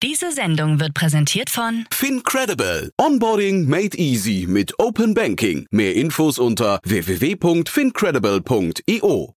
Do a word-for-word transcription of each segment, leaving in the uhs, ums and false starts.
Diese Sendung wird präsentiert von FinCredible. Onboarding made easy mit Open Banking. Mehr Infos unter w w w punkt fincredible punkt i o.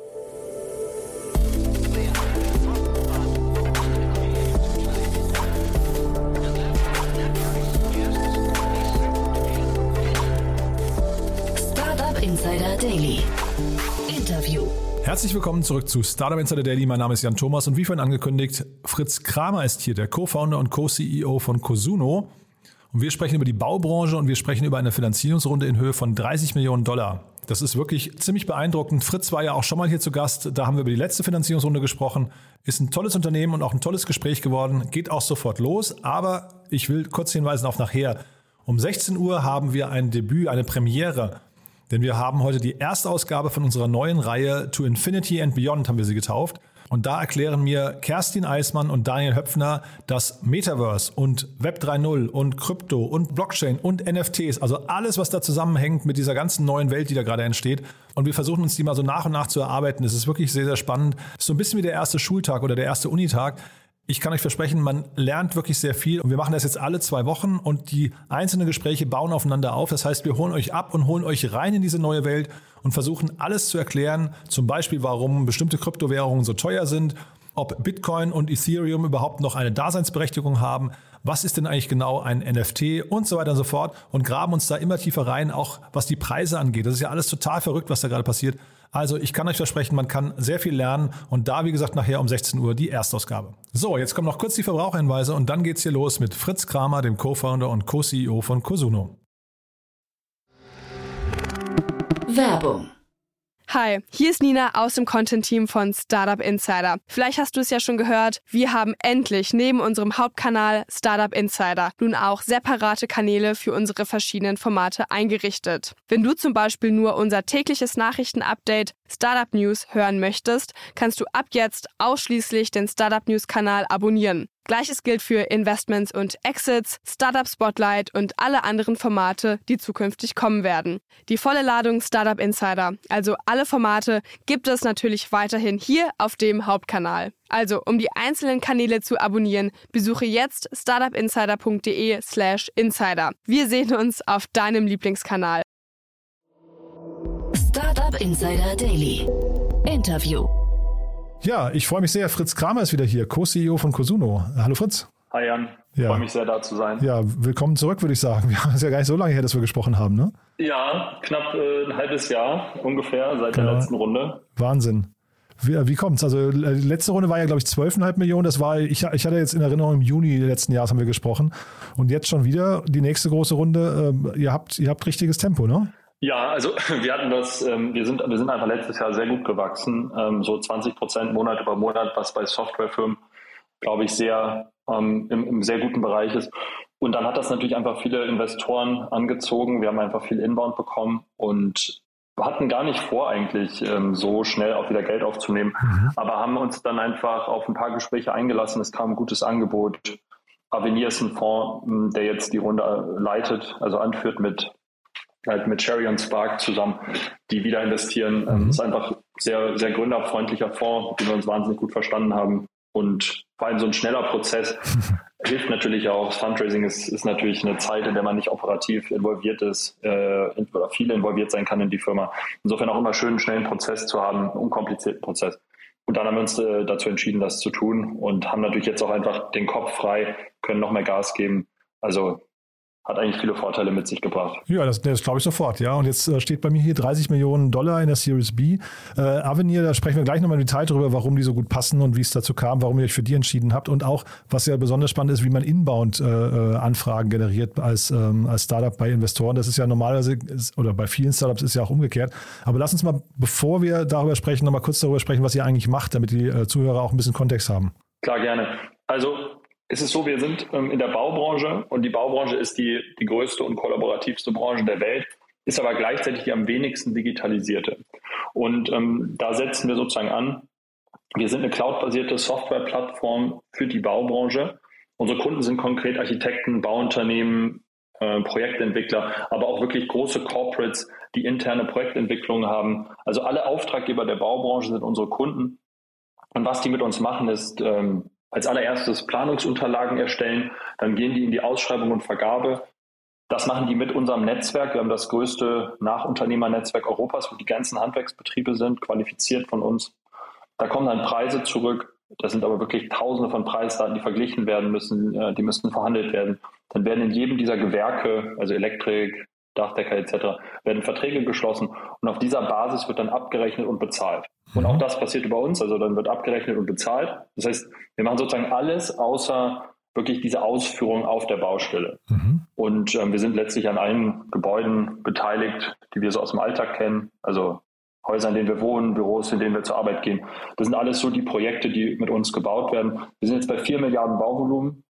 Startup Insider Daily. Interview. Herzlich willkommen zurück zu Startup Insider Daily. Mein Name ist Jan Thomas und wie vorhin angekündigt, Fritz Kramer ist hier, der Co-Founder und Co-C E O von Cosuno. Und wir sprechen über die Baubranche und wir sprechen über eine Finanzierungsrunde in Höhe von dreißig Millionen Dollar. Das ist wirklich ziemlich beeindruckend. Fritz war ja auch schon mal hier zu Gast. Da haben wir über die letzte Finanzierungsrunde gesprochen. Ist ein tolles Unternehmen und auch ein tolles Gespräch geworden. Geht auch sofort los. Aber ich will kurz hinweisen auf nachher. Um sechzehn Uhr haben wir ein Debüt, eine Premiere. Denn wir haben heute die Erstausgabe von unserer neuen Reihe To Infinity and Beyond, haben wir sie getauft. Und da erklären mir Kerstin Eismann und Daniel Höpfner, dass Metaverse und Web drei Punkt null und Krypto und Blockchain und N F Ts, also alles, was da zusammenhängt mit dieser ganzen neuen Welt, die da gerade entsteht. Und wir versuchen uns die mal so nach und nach zu erarbeiten. Es ist wirklich sehr, sehr spannend. Es ist so ein bisschen wie der erste Schultag oder der erste Unitag. Ich kann euch versprechen, man lernt wirklich sehr viel und wir machen das jetzt alle zwei Wochen und die einzelnen Gespräche bauen aufeinander auf. Das heißt, wir holen euch ab und holen euch rein in diese neue Welt und versuchen alles zu erklären, zum Beispiel, warum bestimmte Kryptowährungen so teuer sind, ob Bitcoin und Ethereum überhaupt noch eine Daseinsberechtigung haben, was ist denn eigentlich genau ein N F T und so weiter und so fort und graben uns da immer tiefer rein, auch was die Preise angeht. Das ist ja alles total verrückt, was da gerade passiert. Also ich kann euch versprechen, man kann sehr viel lernen und da, wie gesagt, nachher um sechzehn Uhr die Erstausgabe. So, jetzt kommen noch kurz die Verbraucherhinweise und dann geht's hier los mit Fritz Kramer, dem Co-Founder und Co-C E O von Cosuno. Werbung. Hi, hier ist Nina aus dem Content-Team von Startup Insider. Vielleicht hast du es ja schon gehört, wir haben endlich neben unserem Hauptkanal Startup Insider nun auch separate Kanäle für unsere verschiedenen Formate eingerichtet. Wenn du zum Beispiel nur unser tägliches Nachrichtenupdate Startup News hören möchtest, kannst du ab jetzt ausschließlich den Startup News-Kanal abonnieren. Gleiches gilt für Investments und Exits, Startup Spotlight und alle anderen Formate, die zukünftig kommen werden. Die volle Ladung Startup Insider, also alle Formate, gibt es natürlich weiterhin hier auf dem Hauptkanal. Also, um die einzelnen Kanäle zu abonnieren, besuche jetzt startupinsider.de slash insider. Wir sehen uns auf deinem Lieblingskanal. Startup Insider Daily. Interview. Ja, ich freue mich sehr. Fritz Kramer ist wieder hier, Co-C E O von Cosuno. Hallo Fritz. Hi Jan, ja. Freue mich sehr, da zu sein. Ja, willkommen zurück, würde ich sagen. Wir haben es ja gar nicht so lange her, dass wir gesprochen haben, ne? Ja, knapp äh, ein halbes Jahr ungefähr seit ja. der letzten Runde. Wahnsinn. Wie, wie kommt's? Also die letzte Runde war ja, glaube ich, zwölf Komma fünf Millionen. Das war, ich, ich hatte jetzt in Erinnerung, im Juni letzten Jahres haben wir gesprochen. Und jetzt schon wieder die nächste große Runde. Ähm, ihr habt, ihr habt richtiges Tempo, ne? Ja, also wir hatten das, ähm, wir sind, wir sind einfach letztes Jahr sehr gut gewachsen, ähm, so zwanzig Prozent Monat über Monat, was bei Softwarefirmen, glaube ich, sehr ähm, im, im sehr guten Bereich ist. Und dann hat das natürlich einfach viele Investoren angezogen. Wir haben einfach viel Inbound bekommen und hatten gar nicht vor, eigentlich ähm, so schnell auch wieder Geld aufzunehmen, mhm. aber haben uns dann einfach auf ein paar Gespräche eingelassen. Es kam ein gutes Angebot. Avenir ist ein Fonds, der jetzt die Runde leitet, also anführt mit halt mit Cherry und Spark zusammen, die wieder investieren. Mhm. Das ist einfach sehr, sehr gründerfreundlicher Fonds, mit dem wir uns wahnsinnig gut verstanden haben. Und vor allem so ein schneller Prozess hilft natürlich auch. Das Fundraising ist, ist natürlich eine Zeit, in der man nicht operativ involviert ist äh, oder viel involviert sein kann in die Firma. Insofern auch immer schön, einen schnellen Prozess zu haben, einen unkomplizierten Prozess. Und dann haben wir uns äh, dazu entschieden, das zu tun und haben natürlich jetzt auch einfach den Kopf frei, können noch mehr Gas geben. Also hat eigentlich viele Vorteile mit sich gebracht. Ja, das, das glaube ich sofort, ja. Und jetzt äh, steht bei mir hier dreißig Millionen Dollar in der Series B. Äh, Avenir, da sprechen wir gleich nochmal im Detail drüber, warum die so gut passen und wie es dazu kam, warum ihr euch für die entschieden habt. Und auch, was ja besonders spannend ist, wie man Inbound-Anfragen äh, generiert als, ähm, als Startup bei Investoren. Das ist ja normalerweise, ist, oder bei vielen Startups ist ja auch umgekehrt. Aber lass uns mal, bevor wir darüber sprechen, nochmal kurz darüber sprechen, was ihr eigentlich macht, damit die äh, Zuhörer auch ein bisschen Kontext haben. Klar, gerne. Also es ist so, wir sind ähm, in der Baubranche und die Baubranche ist die, die größte und kollaborativste Branche der Welt, ist aber gleichzeitig die am wenigsten digitalisierte. Und ähm, da setzen wir sozusagen an. Wir sind eine cloudbasierte Softwareplattform für die Baubranche. Unsere Kunden sind konkret Architekten, Bauunternehmen, äh, Projektentwickler, aber auch wirklich große Corporates, die interne Projektentwicklungen haben. Also alle Auftraggeber der Baubranche sind unsere Kunden. Und was die mit uns machen, ist ähm, als allererstes Planungsunterlagen erstellen, dann gehen die in die Ausschreibung und Vergabe. Das machen die mit unserem Netzwerk. Wir haben das größte Nachunternehmernetzwerk Europas, wo die ganzen Handwerksbetriebe sind, qualifiziert von uns. Da kommen dann Preise zurück. Das sind aber wirklich Tausende von Preisdaten, die verglichen werden müssen, die müssen verhandelt werden. Dann werden in jedem dieser Gewerke, also Elektrik, Dachdecker et cetera, werden Verträge geschlossen und auf dieser Basis wird dann abgerechnet und bezahlt. Und auch das passiert über uns, also dann wird abgerechnet und bezahlt. Das heißt, wir machen sozusagen alles außer wirklich diese Ausführung auf der Baustelle. Mhm. Und ähm, wir sind letztlich an allen Gebäuden beteiligt, die wir so aus dem Alltag kennen, also Häuser, in denen wir wohnen, Büros, in denen wir zur Arbeit gehen. Das sind alles so die Projekte, die mit uns gebaut werden. Wir sind jetzt bei vier Milliarden Bauvolumen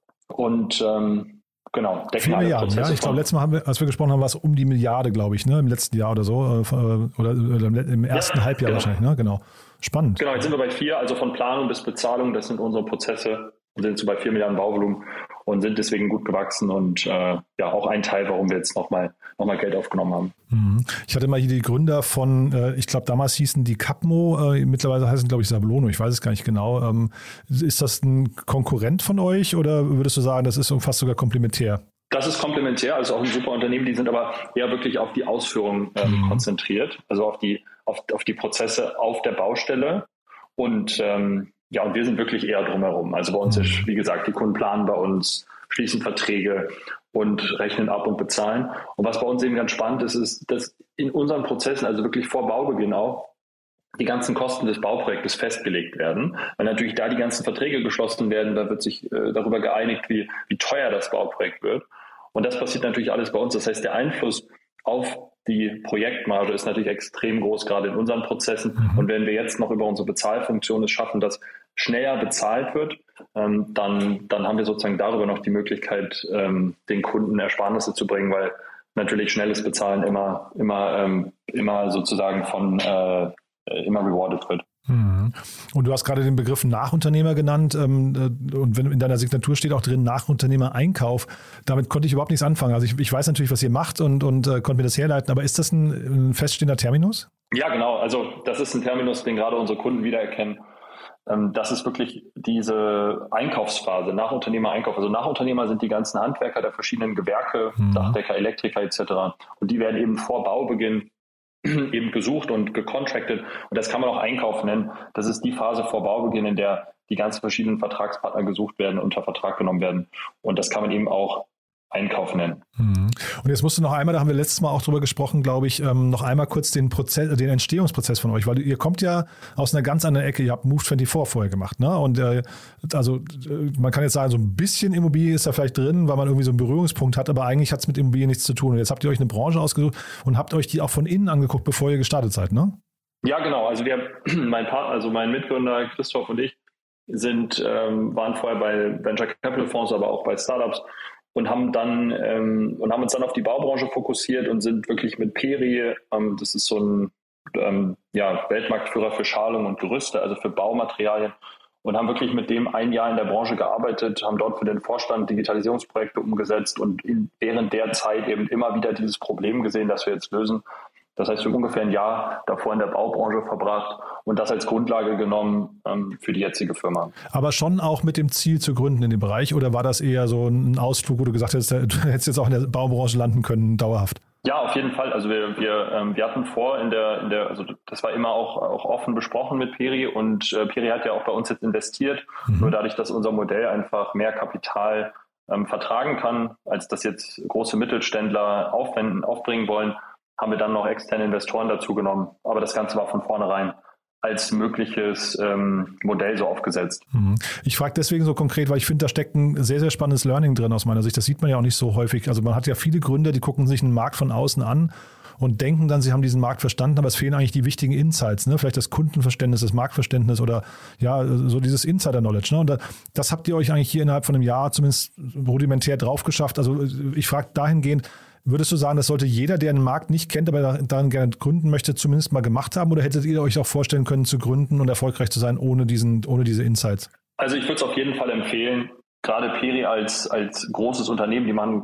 und ähm, genau, decken vier Milliarden, ja. Ich glaube, letztes Mal, haben wir, als wir gesprochen haben, war es um die Milliarde, glaube ich, ne? Im letzten Jahr oder so. Oder, oder im ersten ja, Halbjahr genau. wahrscheinlich, ne? Genau. Spannend. Genau, jetzt sind wir bei vier, also von Planung bis Bezahlung, das sind unsere Prozesse. Wir sind so bei vier Milliarden Bauvolumen und sind deswegen gut gewachsen und äh, ja auch ein Teil, warum wir jetzt nochmal noch mal Geld aufgenommen haben. Ich hatte mal hier die Gründer von, äh, ich glaube damals hießen die Capmo, äh, mittlerweile heißen glaube ich Sablono, ich weiß es gar nicht genau. Ähm, ist das ein Konkurrent von euch oder würdest du sagen, das ist fast sogar komplementär? Das ist komplementär, also auch ein super Unternehmen, die sind aber eher wirklich auf die Ausführung ähm, mhm. konzentriert, also auf die, auf, auf die Prozesse auf der Baustelle und ähm, ja, und wir sind wirklich eher drumherum. Also bei uns ist, wie gesagt, die Kunden planen bei uns, schließen Verträge und rechnen ab und bezahlen. Und was bei uns eben ganz spannend ist, ist, dass in unseren Prozessen, also wirklich vor Baubeginn auch, die ganzen Kosten des Bauprojektes festgelegt werden. Weil natürlich da die ganzen Verträge geschlossen werden, da wird sich äh, darüber geeinigt, wie, wie teuer das Bauprojekt wird. Und das passiert natürlich alles bei uns. Das heißt, der Einfluss auf die Projektmarge ist natürlich extrem groß, gerade in unseren Prozessen. Mhm. Und wenn wir jetzt noch über unsere Bezahlfunktion es schaffen, dass schneller bezahlt wird, ähm, dann, dann haben wir sozusagen darüber noch die Möglichkeit, ähm, den Kunden Ersparnisse zu bringen, weil natürlich schnelles Bezahlen immer, immer, ähm, immer sozusagen von äh, immer rewarded wird. Mhm. Und du hast gerade den Begriff Nachunternehmer genannt ähm, und wenn in deiner Signatur steht auch drin Nachunternehmer-Einkauf, damit konnte ich überhaupt nichts anfangen. Also ich, ich weiß natürlich, was ihr macht und, und äh, konnte mir das herleiten, aber ist das ein, ein feststehender Terminus? Ja, genau. Also das ist ein Terminus, den gerade unsere Kunden wiedererkennen. Ähm, das ist wirklich diese Einkaufsphase, Nachunternehmer-Einkauf. Also Nachunternehmer sind die ganzen Handwerker der verschiedenen Gewerke, mhm. Dachdecker, Elektriker et cetera. Und die werden eben vor Baubeginn eben gesucht und gecontracted und das kann man auch Einkauf nennen. Das ist die Phase vor Baubeginn, in der die ganzen verschiedenen Vertragspartner gesucht werden, unter Vertrag genommen werden und das kann man eben auch Einkauf nennen. Und jetzt musst du noch einmal, da haben wir letztes Mal auch drüber gesprochen, glaube ich, ähm, noch einmal kurz den Prozess, den Entstehungsprozess von euch, weil ihr kommt ja aus einer ganz anderen Ecke, ihr habt Move vierundzwanzig vorher gemacht, ne? Und äh, also man kann jetzt sagen, so ein bisschen Immobilie ist da vielleicht drin, weil man irgendwie so einen Berührungspunkt hat, aber eigentlich hat es mit Immobilien nichts zu tun. Und jetzt habt ihr euch eine Branche ausgesucht und habt euch die auch von innen angeguckt, bevor ihr gestartet seid, ne? Ja, genau. Also wir, mein Partner, also mein Mitgründer Christoph und ich sind, ähm, waren vorher bei Venture Capital Fonds, aber auch bei Startups und haben dann ähm, und haben uns dann auf die Baubranche fokussiert und sind wirklich mit Peri, ähm, das ist so ein ähm, ja, Weltmarktführer für Schalung und Gerüste, also für Baumaterialien, und haben wirklich mit dem ein Jahr in der Branche gearbeitet, haben dort für den Vorstand Digitalisierungsprojekte umgesetzt und in, während der Zeit eben immer wieder dieses Problem gesehen, das wir jetzt lösen. Das heißt, wir haben ungefähr ein Jahr davor in der Baubranche verbracht und das als Grundlage genommen ähm, für die jetzige Firma. Aber schon auch mit dem Ziel zu gründen in dem Bereich oder war das eher so ein Ausflug, wo du gesagt hast, du hättest jetzt auch in der Baubranche landen können, dauerhaft? Ja, auf jeden Fall. Also wir wir ähm, wir hatten vor in der in der also das war immer auch auch offen besprochen mit Peri und äh, Peri hat ja auch bei uns jetzt investiert. Mhm. Nur dadurch, dass unser Modell einfach mehr Kapital ähm, vertragen kann, als das jetzt große Mittelständler aufwenden aufbringen wollen, haben wir dann noch externe Investoren dazu genommen. Aber das Ganze war von vornherein als mögliches ähm, Modell so aufgesetzt. Ich frage deswegen so konkret, weil ich finde, da steckt ein sehr, sehr spannendes Learning drin aus meiner Sicht. Das sieht man ja auch nicht so häufig. Also man hat ja viele Gründer, die gucken sich einen Markt von außen an und denken dann, sie haben diesen Markt verstanden, aber es fehlen eigentlich die wichtigen Insights, ne? Vielleicht das Kundenverständnis, das Marktverständnis oder ja, so dieses Insider-Knowledge. Ne? Und das habt ihr euch eigentlich hier innerhalb von einem Jahr zumindest rudimentär drauf geschafft. Also ich frage dahingehend, würdest du sagen, das sollte jeder, der den Markt nicht kennt, aber daran gerne gründen möchte, zumindest mal gemacht haben? Oder hättet ihr euch auch vorstellen können, zu gründen und erfolgreich zu sein, ohne diesen, ohne diese Insights? Also ich würde es auf jeden Fall empfehlen, gerade Peri als, als großes Unternehmen, die machen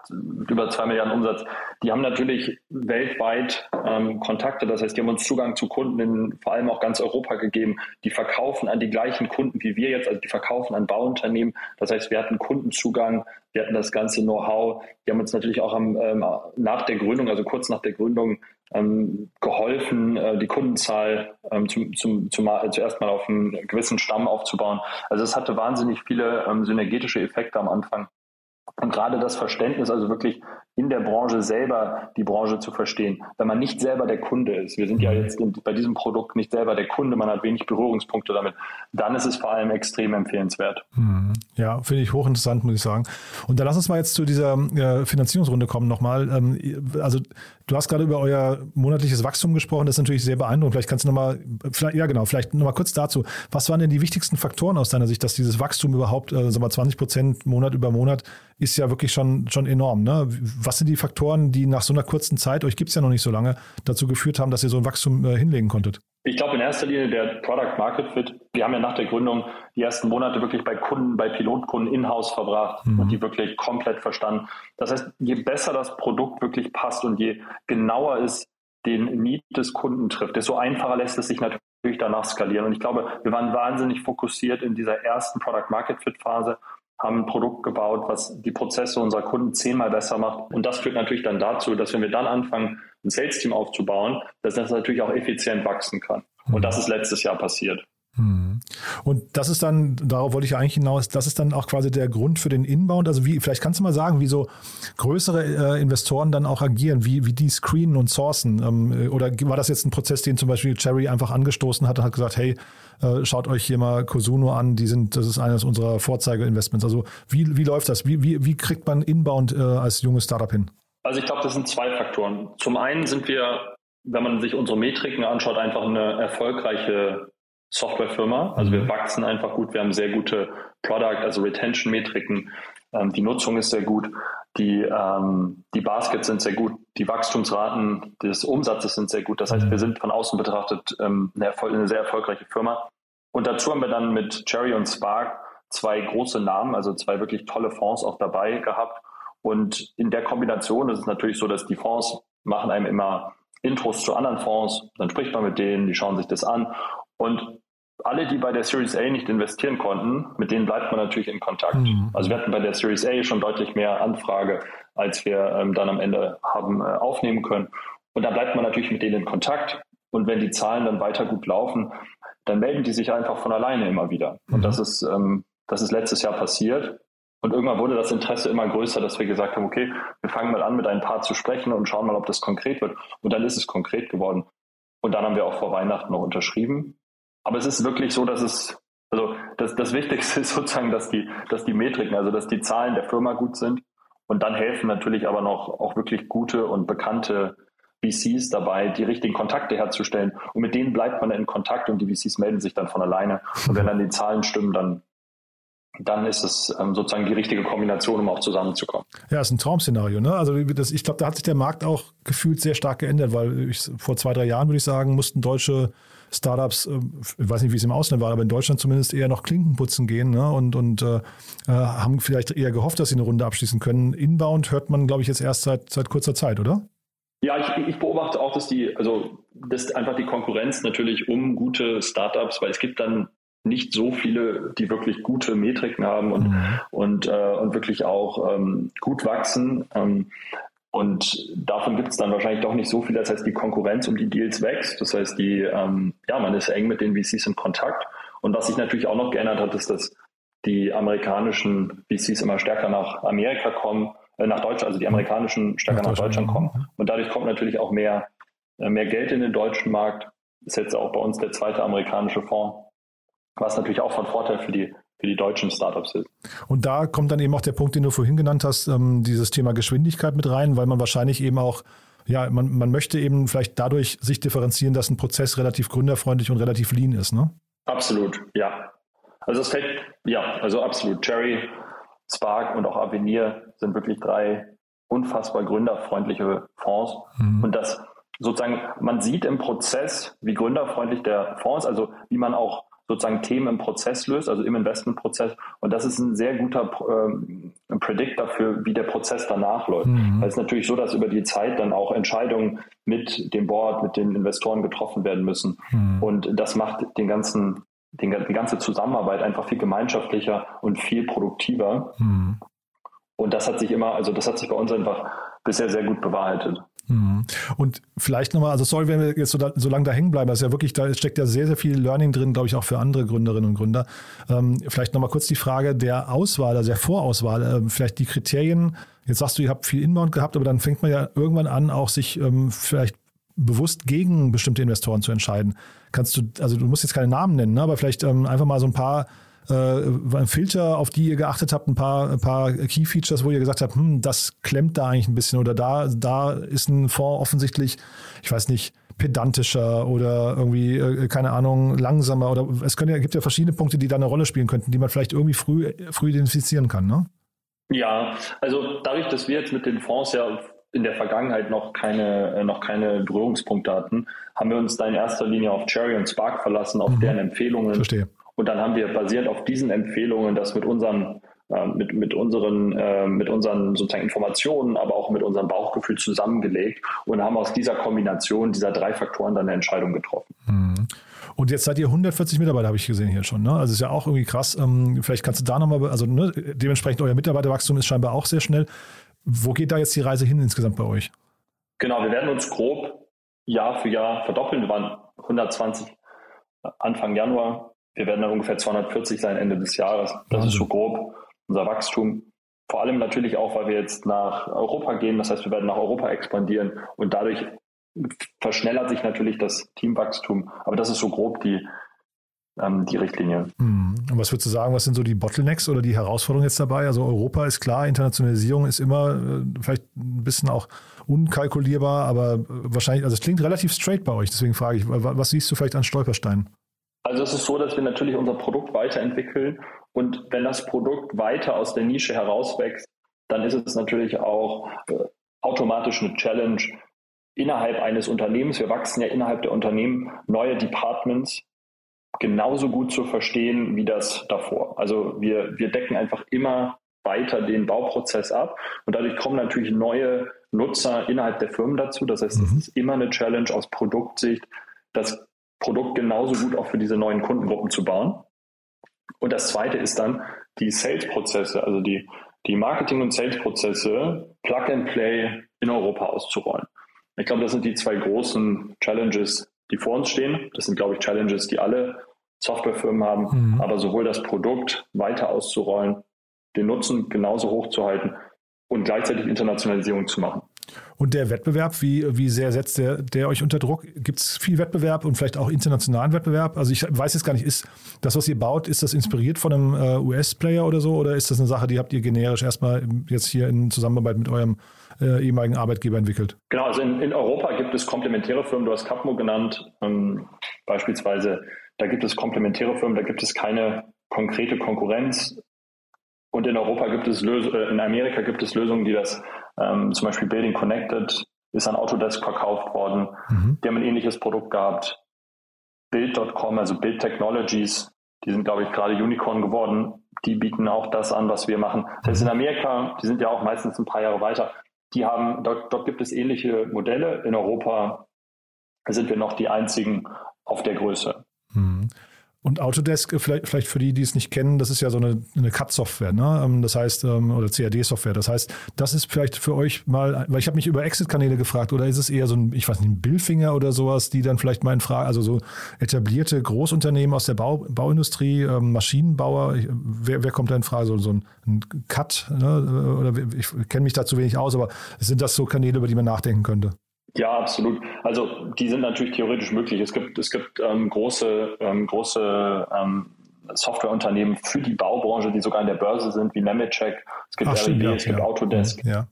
über zwei Milliarden Umsatz, die haben natürlich weltweit ähm, Kontakte. Das heißt, die haben uns Zugang zu Kunden in vor allem auch ganz Europa gegeben. Die verkaufen an die gleichen Kunden wie wir jetzt, also die verkaufen an Bauunternehmen. Das heißt, wir hatten Kundenzugang, wir hatten das ganze Know-how. Die haben uns natürlich auch am, ähm, nach der Gründung, also kurz nach der Gründung, ähm, geholfen, äh, die Kundenzahl ähm, zum, zum, zum, äh, zuerst mal auf einen gewissen Stamm aufzubauen. Also es hatte wahnsinnig viele ähm, synergetische Effekte am Anfang. Und gerade das Verständnis, also wirklich in der Branche selber die Branche zu verstehen, wenn man nicht selber der Kunde ist, wir sind ja jetzt bei diesem Produkt nicht selber der Kunde, man hat wenig Berührungspunkte damit, dann ist es vor allem extrem empfehlenswert. Ja, finde ich hochinteressant, muss ich sagen. Und dann lass uns mal jetzt zu dieser äh, Finanzierungsrunde kommen nochmal. Ähm, also du hast gerade über euer monatliches Wachstum gesprochen, das ist natürlich sehr beeindruckend. Vielleicht kannst du nochmal, ja genau, vielleicht nochmal kurz dazu. Was waren denn die wichtigsten Faktoren aus deiner Sicht, dass dieses Wachstum überhaupt, äh, sagen wir zwanzig Prozent Monat über Monat, ist ja wirklich schon, schon enorm. Ne? Was sind die Faktoren, die nach so einer kurzen Zeit, euch gibt es ja noch nicht so lange, dazu geführt haben, dass ihr so ein Wachstum äh, hinlegen konntet? Ich glaube in erster Linie der Product Market Fit. Wir haben ja nach der Gründung die ersten Monate wirklich bei Kunden, bei Pilotkunden in-house verbracht mhm. und die wirklich komplett verstanden. Das heißt, je besser das Produkt wirklich passt und je genauer es den Need des Kunden trifft, desto einfacher lässt es sich natürlich danach skalieren. Und ich glaube, wir waren wahnsinnig fokussiert in dieser ersten Product Market Fit Phase, haben ein Produkt gebaut, was die Prozesse unserer Kunden zehnmal besser macht. Und das führt natürlich dann dazu, dass wenn wir dann anfangen, ein Sales-Team aufzubauen, dass das natürlich auch effizient wachsen kann. Und das ist letztes Jahr passiert. Und das ist dann, darauf wollte ich ja eigentlich hinaus, das ist dann auch quasi der Grund für den Inbound. Also wie, vielleicht kannst du mal sagen, wie so größere äh, Investoren dann auch agieren, wie, wie die screenen und sourcen. Ähm, oder war das jetzt ein Prozess, den zum Beispiel Cherry einfach angestoßen hat und hat gesagt, hey, äh, schaut euch hier mal Cosuno an, die sind, das ist eines unserer Vorzeige-Investments. Also wie, wie läuft das? Wie, wie, wie kriegt man Inbound äh, als junges Startup hin? Also ich glaube, das sind zwei Faktoren. Zum einen sind wir, wenn man sich unsere Metriken anschaut, einfach eine erfolgreiche Softwarefirma. Also wir wachsen einfach gut. Wir haben sehr gute Product, also Retention-Metriken. Ähm, die Nutzung ist sehr gut. Die, ähm, die Baskets sind sehr gut. Die Wachstumsraten des Umsatzes sind sehr gut. Das heißt, wir sind von außen betrachtet ähm, eine, Erfol- eine sehr erfolgreiche Firma. Und dazu haben wir dann mit Cherry und Spark zwei große Namen, also zwei wirklich tolle Fonds auch dabei gehabt. Und in der Kombination ist es natürlich so, dass die Fonds machen einem immer Intros zu anderen Fonds. Dann spricht man mit denen, die schauen sich das an. Und alle, die bei der Series A nicht investieren konnten, mit denen bleibt man natürlich in Kontakt. Mhm. Also wir hatten bei der Series A schon deutlich mehr Anfrage, als wir ähm, dann am Ende haben äh, aufnehmen können. Und da bleibt man natürlich mit denen in Kontakt. Und wenn die Zahlen dann weiter gut laufen, dann melden die sich einfach von alleine immer wieder. Mhm. Und das ist, ähm, das ist letztes Jahr passiert. Und irgendwann wurde das Interesse immer größer, dass wir gesagt haben, okay, wir fangen mal an, mit ein paar zu sprechen und schauen mal, ob das konkret wird. Und dann ist es konkret geworden. Und dann haben wir auch vor Weihnachten noch unterschrieben. Aber es ist wirklich so, dass es, also das, das Wichtigste ist sozusagen, dass die, dass die Metriken, also dass die Zahlen der Firma gut sind. Und dann helfen natürlich aber noch auch wirklich gute und bekannte V Cs dabei, die richtigen Kontakte herzustellen. Und mit denen bleibt man in Kontakt und die V Cs melden sich dann von alleine. Und wenn dann die Zahlen stimmen, dann dann ist es ähm, sozusagen die richtige Kombination, um auch zusammenzukommen. Ja, ist ein Traum-Szenario. Ne? Also das, ich glaube, da hat sich der Markt auch gefühlt sehr stark geändert, weil ich, vor zwei, drei Jahren, würde ich sagen, mussten deutsche Startups, äh, ich weiß nicht, wie es im Ausland war, aber in Deutschland zumindest eher noch Klinken putzen gehen, ne? und, und äh, haben vielleicht eher gehofft, dass sie eine Runde abschließen können. Inbound hört man, glaube ich, jetzt erst seit, seit kurzer Zeit, oder? Ja, ich, ich beobachte auch, dass die, also dass einfach die Konkurrenz natürlich um gute Startups, weil es gibt dann nicht so viele, die wirklich gute Metriken haben und, mhm. und, äh, und wirklich auch ähm, gut wachsen. Ähm, und davon gibt es dann wahrscheinlich doch nicht so viel. Das heißt, die Konkurrenz um die Deals wächst. Das heißt, die, ähm, ja, man ist eng mit den V Cs in Kontakt. Und was sich natürlich auch noch geändert hat, ist, dass die amerikanischen V Cs immer stärker nach Amerika kommen, äh, nach Deutschland, also die amerikanischen stärker nach, nach Deutschland kommen. Und dadurch kommt natürlich auch mehr, äh, mehr Geld in den deutschen Markt. Das ist jetzt auch bei uns der zweite amerikanische Fonds, was natürlich auch von Vorteil für die, für die deutschen Startups ist. Und da kommt dann eben auch der Punkt, den du vorhin genannt hast, ähm, dieses Thema Geschwindigkeit mit rein, weil man wahrscheinlich eben auch, ja, man, man möchte eben vielleicht dadurch sich differenzieren, dass ein Prozess relativ gründerfreundlich und relativ lean ist, ne? Absolut, ja. Also es fällt, ja, also absolut. Cherry, Spark und auch Avenir sind wirklich drei unfassbar gründerfreundliche Fonds. Mhm. Und das sozusagen, man sieht im Prozess, wie gründerfreundlich der Fonds ist, also wie man auch sozusagen Themen im Prozess löst, also im Investmentprozess. Und das ist ein sehr guter, ähm, ein Predict dafür, wie der Prozess danach läuft. Mhm. Weil es ist natürlich so, dass über die Zeit dann auch Entscheidungen mit dem Board, mit den Investoren getroffen werden müssen. Mhm. Und das macht den ganzen, den, die ganze Zusammenarbeit einfach viel gemeinschaftlicher und viel produktiver. Mhm. Und das hat sich immer, also das hat sich bei uns einfach bisher sehr gut bewahrheitet. Und vielleicht nochmal, also sorry, wenn wir jetzt so, da, so lange da hängen bleiben, das ist ja wirklich, da steckt ja sehr, sehr viel Learning drin, glaube ich, auch für andere Gründerinnen und Gründer. Ähm, vielleicht nochmal kurz die Frage der Auswahl, also der Vorauswahl, ähm, vielleicht die Kriterien. Jetzt sagst du, ihr habt viel Inbound gehabt, aber dann fängt man ja irgendwann an, auch sich ähm, vielleicht bewusst gegen bestimmte Investoren zu entscheiden. Kannst du, also du musst jetzt keine Namen nennen, ne, aber vielleicht ähm, einfach mal so ein paar ein Filter, auf die ihr geachtet habt, ein paar, ein paar Key Features, wo ihr gesagt habt, hm, das klemmt da eigentlich ein bisschen oder da, da ist ein Fonds offensichtlich, ich weiß nicht, pedantischer oder irgendwie, keine Ahnung, langsamer oder es können ja, gibt ja verschiedene Punkte, die da eine Rolle spielen könnten, die man vielleicht irgendwie früh, früh identifizieren kann, ne? Ja, also dadurch, dass wir jetzt mit den Fonds ja in der Vergangenheit noch keine, noch keine Berührungspunkte hatten, haben wir uns da in erster Linie auf Cherry und Spark verlassen, auf mhm. deren Empfehlungen. Verstehe. Und dann haben wir basierend auf diesen Empfehlungen das mit unseren, äh, mit, mit unseren, äh, mit unseren sozusagen Informationen, aber auch mit unserem Bauchgefühl zusammengelegt und haben aus dieser Kombination dieser drei Faktoren dann eine Entscheidung getroffen. Und jetzt seid ihr hundertvierzig Mitarbeiter, habe ich gesehen hier schon, ne? Also ist ja auch irgendwie krass. Ähm, vielleicht kannst du da nochmal, also ne, dementsprechend euer Mitarbeiterwachstum ist scheinbar auch sehr schnell. Wo geht da jetzt die Reise hin insgesamt bei euch? Genau, wir werden uns grob Jahr für Jahr verdoppeln. Wir waren hundertzwanzig Anfang Januar. Wir werden dann ungefähr zweihundertvierzig sein Ende des Jahres. Das Wahnsinn. Ist so grob unser Wachstum. Vor allem natürlich auch, weil wir jetzt nach Europa gehen. Das heißt, wir werden nach Europa expandieren und dadurch verschnellert sich natürlich das Teamwachstum. Aber das ist so grob die, ähm, die Richtlinie. Und was würdest du sagen, was sind so die Bottlenecks oder die Herausforderungen jetzt dabei? Also Europa ist klar, Internationalisierung ist immer äh, vielleicht ein bisschen auch unkalkulierbar, aber wahrscheinlich, also es klingt relativ straight bei euch. Deswegen frage ich, was siehst du vielleicht an Stolpersteinen? Also es ist so, dass wir natürlich unser Produkt weiterentwickeln und wenn das Produkt weiter aus der Nische herauswächst, dann ist es natürlich auch äh, automatisch eine Challenge innerhalb eines Unternehmens. Wir wachsen ja innerhalb der Unternehmen, neue Departments genauso gut zu verstehen wie das davor. Also wir, wir decken einfach immer weiter den Bauprozess ab und dadurch kommen natürlich neue Nutzer innerhalb der Firmen dazu. Das heißt, es ist immer eine Challenge aus Produktsicht, das Produkt genauso gut auch für diese neuen Kundengruppen zu bauen. Und das Zweite ist dann die Sales-Prozesse, also die, die Marketing- und Sales-Prozesse Plug and Play in Europa auszurollen. Ich glaube, das sind die zwei großen Challenges, die vor uns stehen. Das sind, glaube ich, Challenges, die alle Softwarefirmen haben, mhm. aber sowohl das Produkt weiter auszurollen, den Nutzen genauso hoch zu halten und gleichzeitig Internationalisierung zu machen. Und der Wettbewerb, wie, wie sehr setzt der, der euch unter Druck? Gibt es viel Wettbewerb und vielleicht auch internationalen Wettbewerb? Also ich weiß jetzt gar nicht, ist das, was ihr baut, ist das inspiriert von einem äh, U S-Player oder so? Oder ist das eine Sache, die habt ihr generisch erstmal jetzt hier in Zusammenarbeit mit eurem äh, ehemaligen Arbeitgeber entwickelt? Genau, also in, in Europa gibt es komplementäre Firmen, du hast Capmo genannt, ähm, beispielsweise, da gibt es komplementäre Firmen, da gibt es keine konkrete Konkurrenz. Und in Europa gibt es Lösungen, äh, in Amerika gibt es Lösungen, die das Ähm, zum Beispiel Building Connected ist an Autodesk verkauft worden. Mhm. Die haben ein ähnliches Produkt gehabt. Build Punkt com, also Build Technologies, die sind, glaube ich, gerade Unicorn geworden. Die bieten auch das an, was wir machen. Das heißt, in Amerika, die sind ja auch meistens ein paar Jahre weiter, die haben, dort, dort gibt es ähnliche Modelle. In Europa sind wir noch die einzigen auf der Größe. Mhm. Und Autodesk, vielleicht, vielleicht für die, die es nicht kennen, das ist ja so eine, eine C A D-Software, ne? Das heißt, oder C A D-Software. Das heißt, das ist vielleicht für euch mal, weil ich habe mich über Exit-Kanäle gefragt, oder ist es eher so ein, ich weiß nicht, ein Billfinger oder sowas, die dann vielleicht mal in Frage, also so etablierte Großunternehmen aus der Bau, Bauindustrie, ähm, Maschinenbauer, ich, wer, wer kommt da in Frage? So, so ein, ein C A D, ne? Oder ich kenne mich da zu wenig aus, aber sind das so Kanäle, über die man nachdenken könnte? Ja, absolut. Also die sind natürlich theoretisch möglich. Es gibt, es gibt ähm, große, ähm, große ähm, Softwareunternehmen für die Baubranche, die sogar an der Börse sind, wie Nemetschek. Es gibt Ach, R E B, ja, es gibt ja. Autodesk. Ja.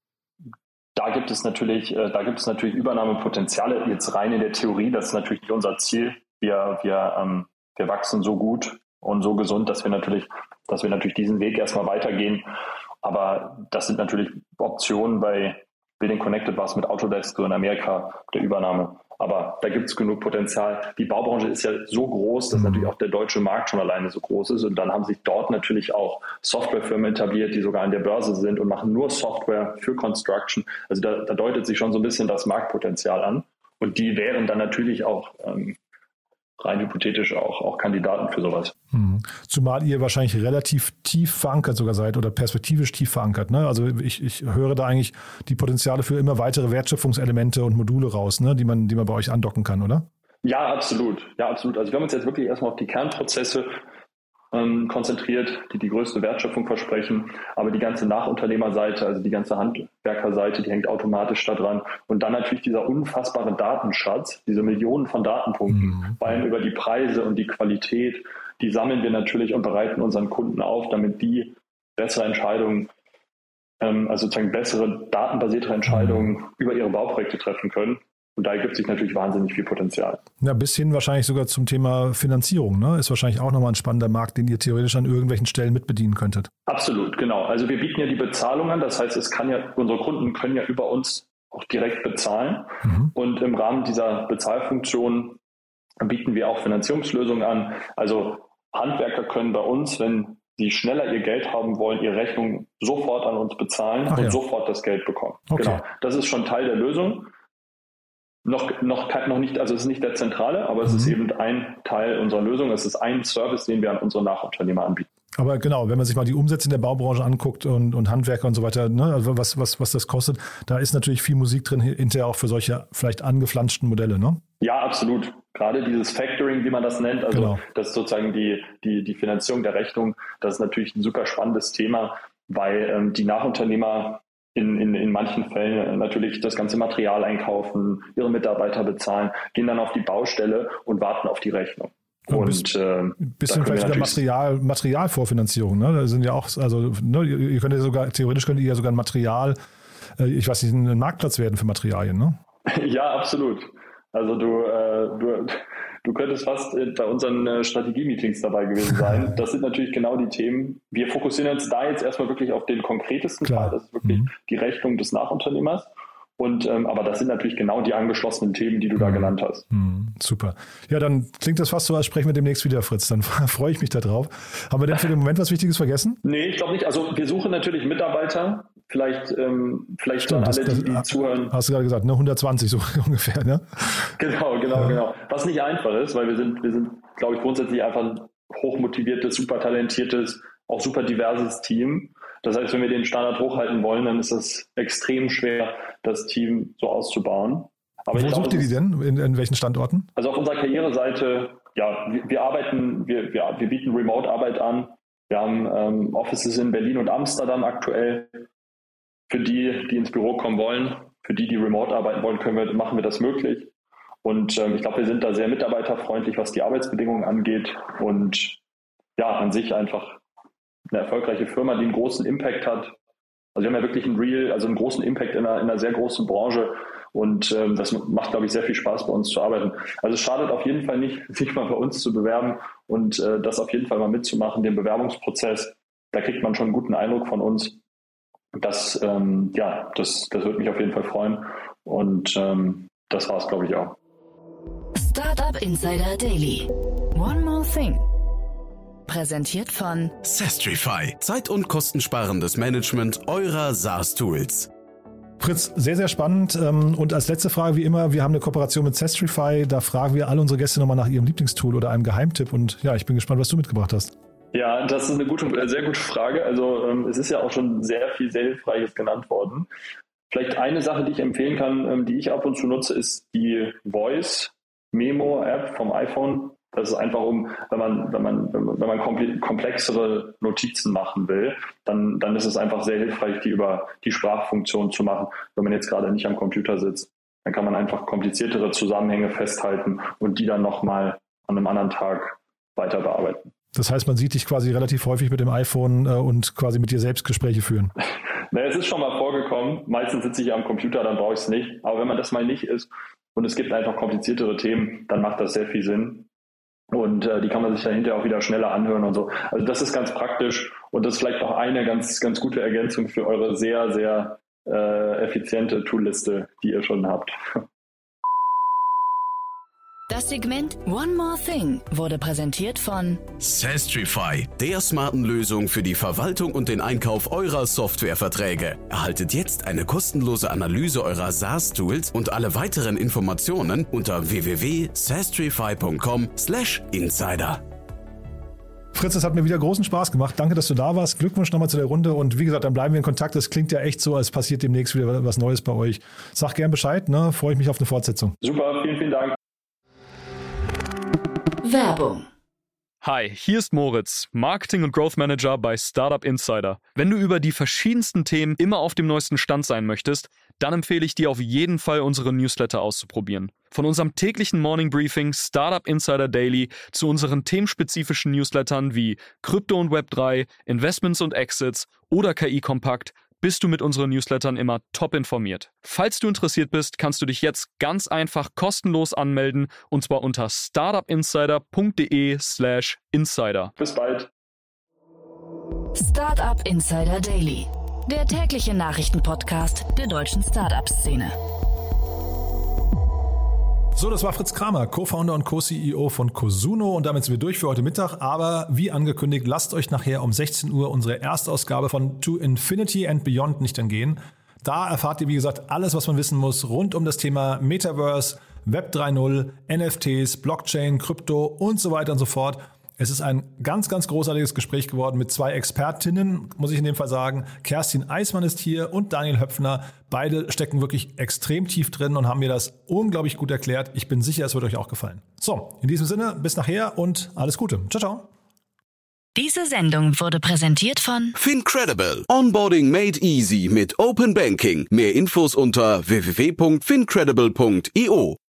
Da gibt es natürlich, äh, da gibt es natürlich Übernahmepotenziale. Jetzt rein in der Theorie, das ist natürlich nicht unser Ziel. Wir, wir, ähm, wir wachsen so gut und so gesund, dass wir natürlich, dass wir natürlich diesen Weg erstmal weitergehen. Aber das sind natürlich Optionen bei Building Connected, war es mit Autodesk so in Amerika der Übernahme. Aber da gibt es genug Potenzial. Die Baubranche ist ja so groß, dass mhm. natürlich auch der deutsche Markt schon alleine so groß ist. Und dann haben sich dort natürlich auch Softwarefirmen etabliert, die sogar an der Börse sind und machen nur Software für Construction. Also da, da deutet sich schon so ein bisschen das Marktpotenzial an. Und die wären dann natürlich auch ähm, rein hypothetisch auch, auch Kandidaten für sowas. Mhm. Zumal ihr wahrscheinlich relativ tief verankert sogar seid oder perspektivisch tief verankert. Ne? Also ich, ich höre da eigentlich die Potenziale für immer weitere Wertschöpfungselemente und Module raus, ne? die man, die man bei euch andocken kann, oder? Ja, absolut. Ja, absolut. Also wir haben uns jetzt wirklich erstmal auf die Kernprozesse ähm, konzentriert, die die größte Wertschöpfung versprechen. Aber die ganze Nachunternehmerseite, also die ganze Handwerkerseite, die hängt automatisch da dran. Und dann natürlich dieser unfassbare Datenschatz, diese Millionen von Datenpunkten, mhm. vor allem über die Preise und die Qualität, die sammeln wir natürlich und bereiten unseren Kunden auf, damit die bessere Entscheidungen, ähm, also sozusagen bessere datenbasierte Entscheidungen mhm. über ihre Bauprojekte treffen können. Und da ergibt sich natürlich wahnsinnig viel Potenzial. Ja, bis hin wahrscheinlich sogar zum Thema Finanzierung, ne? Ist wahrscheinlich auch nochmal ein spannender Markt, den ihr theoretisch an irgendwelchen Stellen mitbedienen könntet. Absolut, genau. Also wir bieten ja die Bezahlung an. Das heißt, es kann ja, unsere Kunden können ja über uns auch direkt bezahlen. Mhm. Und im Rahmen dieser Bezahlfunktion bieten wir auch Finanzierungslösungen an. Also Handwerker können bei uns, wenn sie schneller ihr Geld haben wollen, ihre Rechnung sofort an uns bezahlen Ach und ja. sofort das Geld bekommen. Okay. Genau. Das ist schon Teil der Lösung. Noch, noch, noch nicht, also es ist nicht der zentrale, aber es mhm. ist eben ein Teil unserer Lösung. Es ist ein Service, den wir an unsere Nachunternehmer anbieten. Aber genau, wenn man sich mal die Umsätze in der Baubranche anguckt und, und Handwerker und so weiter, ne, also was, was, was das kostet, da ist natürlich viel Musik drin, hinterher auch für solche vielleicht angeflanschten Modelle, ne? Ja, absolut. Gerade dieses Factoring, wie man das nennt, also genau. das ist sozusagen die, die, die Finanzierung der Rechnung, das ist natürlich ein super spannendes Thema, weil ähm, die Nachunternehmer In, in, in manchen Fällen natürlich das ganze Material einkaufen, ihre Mitarbeiter bezahlen, gehen dann auf die Baustelle und warten auf die Rechnung. Ja, und bis, äh, bisschen vielleicht sogar Material, Materialvorfinanzierung, ne? Da sind ja auch, also ne, ihr könnt ja sogar, theoretisch könnt ihr ja sogar ein Material, äh, ich weiß nicht, ein Marktplatz werden für Materialien, ne? Ja, absolut. Also du, äh, du, du könntest fast bei unseren äh, Strategie-Meetings dabei gewesen sein. Das sind natürlich genau die Themen. Wir fokussieren uns da jetzt erstmal wirklich auf den konkretesten Klar. Fall. Das ist wirklich mhm. die Rechnung des Nachunternehmers. Und, ähm, aber das sind natürlich genau die angeschlossenen Themen, die du mhm. da genannt hast. Mhm. Super. Ja, dann klingt das fast so, als sprechen wir demnächst wieder, Fritz. Dann freue ich mich da drauf. Haben wir denn für den Moment was Wichtiges vergessen? Nee, ich glaube nicht. Also wir suchen natürlich Mitarbeiter. Vielleicht, ähm, vielleicht Stimmt, alle, das, die, die zuhören. Hast du gerade gesagt, ne? hundertzwanzig so ungefähr, ne? Genau, genau, ja. genau. Was nicht einfach ist, weil wir sind, wir sind, glaube ich, grundsätzlich einfach ein hochmotiviertes, super talentiertes, auch super diverses Team. Das heißt, wenn wir den Standard hochhalten wollen, dann ist es extrem schwer, das Team so auszubauen. Aber Wo sucht ihr die denn? In, in welchen Standorten? Also auf unserer Karriereseite, ja, wir, wir arbeiten, wir, wir, wir bieten Remote-Arbeit an. Wir haben ähm, Offices in Berlin und Amsterdam aktuell. Für die, die ins Büro kommen wollen, für die, die remote arbeiten wollen, können wir, machen wir das möglich. Und ähm, ich glaube, wir sind da sehr mitarbeiterfreundlich, was die Arbeitsbedingungen angeht. Und ja, an sich einfach eine erfolgreiche Firma, die einen großen Impact hat. Also wir haben ja wirklich einen Real, also einen großen Impact in einer, in einer sehr großen Branche. Und ähm, das macht, glaube ich, sehr viel Spaß, bei uns zu arbeiten. Also es schadet auf jeden Fall nicht, sich mal bei uns zu bewerben und äh, das auf jeden Fall mal mitzumachen, den Bewerbungsprozess. Da kriegt man schon einen guten Eindruck von uns. Das, ähm, ja, das, das würde mich auf jeden Fall freuen. Und ähm, das war es, glaube ich, auch. Startup Insider Daily. One more thing. Präsentiert von Sestrify. Zeit- und kostensparendes Management eurer SaaS-Tools. Fritz, sehr, sehr spannend. Und als letzte Frage, wie immer, wir haben eine Kooperation mit Sestrify. Da fragen wir alle unsere Gäste nochmal nach ihrem Lieblingstool oder einem Geheimtipp. Und ja, ich bin gespannt, was du mitgebracht hast. Ja, das ist eine gute, sehr gute Frage. Also ähm, es ist ja auch schon sehr viel sehr Hilfreiches genannt worden. Vielleicht eine Sache, die ich empfehlen kann, ähm, die ich ab und zu nutze, ist die Voice-Memo-App vom iPhone. Das ist einfach um, wenn man, wenn man, wenn man komplexere Notizen machen will, dann, dann ist es einfach sehr hilfreich, die über die Sprachfunktion zu machen. Wenn man jetzt gerade nicht am Computer sitzt, dann kann man einfach kompliziertere Zusammenhänge festhalten und die dann nochmal an einem anderen Tag weiter bearbeiten. Das heißt, man sieht dich quasi relativ häufig mit dem iPhone äh, und quasi mit dir selbst Gespräche führen. Naja, es ist schon mal vorgekommen. Meistens sitze ich am Computer, dann brauche ich es nicht. Aber wenn man das mal nicht ist und es gibt einfach kompliziertere Themen, dann macht das sehr viel Sinn. Und äh, die kann man sich dann hinterher auch wieder schneller anhören und so. Also das ist ganz praktisch und das ist vielleicht auch eine ganz, ganz gute Ergänzung für eure sehr, sehr äh, effiziente Toolliste, die ihr schon habt. Das Segment One More Thing wurde präsentiert von Sastrify, der smarten Lösung für die Verwaltung und den Einkauf eurer Softwareverträge. Erhaltet jetzt eine kostenlose Analyse eurer SaaS-Tools und alle weiteren Informationen unter w w w punkt sastrify punkt com slash insider. Fritz, es hat mir wieder großen Spaß gemacht. Danke, dass du da warst. Glückwunsch nochmal zu der Runde. Und wie gesagt, dann bleiben wir in Kontakt. Das klingt ja echt so, als passiert demnächst wieder was Neues bei euch. Sag gern Bescheid, ne? Freue ich mich auf eine Fortsetzung. Super, vielen, vielen Dank. Werbung. Hi, hier ist Moritz, Marketing- und Growth Manager bei Startup Insider. Wenn du über die verschiedensten Themen immer auf dem neuesten Stand sein möchtest, dann empfehle ich dir auf jeden Fall, unsere Newsletter auszuprobieren. Von unserem täglichen Morning Briefing Startup Insider Daily zu unseren themenspezifischen Newslettern wie Krypto und Web drei, Investments und Exits oder K I-Kompakt, bist du mit unseren Newslettern immer top informiert. Falls du interessiert bist, kannst du dich jetzt ganz einfach kostenlos anmelden und zwar unter startupinsider.de slash insider. Bis bald. Startup Insider Daily, der tägliche Nachrichtenpodcast der deutschen Startup-Szene. So, das war Fritz Kramer, Co-Founder und Co-C E O von Cosuno und damit sind wir durch für heute Mittag. Aber wie angekündigt, lasst euch nachher um sechzehn Uhr unsere Erstausgabe von To Infinity and Beyond nicht entgehen. Da erfahrt ihr, wie gesagt, alles, was man wissen muss rund um das Thema Metaverse, Web drei Punkt null, N F Ts, Blockchain, Krypto und so weiter und so fort. Es ist ein ganz, ganz großartiges Gespräch geworden mit zwei Expertinnen, muss ich in dem Fall sagen. Kerstin Eismann ist hier und Daniel Höpfner. Beide stecken wirklich extrem tief drin und haben mir das unglaublich gut erklärt. Ich bin sicher, es wird euch auch gefallen. So, in diesem Sinne, bis nachher und alles Gute. Ciao, ciao. Diese Sendung wurde präsentiert von FinCredible. Onboarding made easy mit Open Banking. Mehr Infos unter w w w punkt fincredible punkt i o.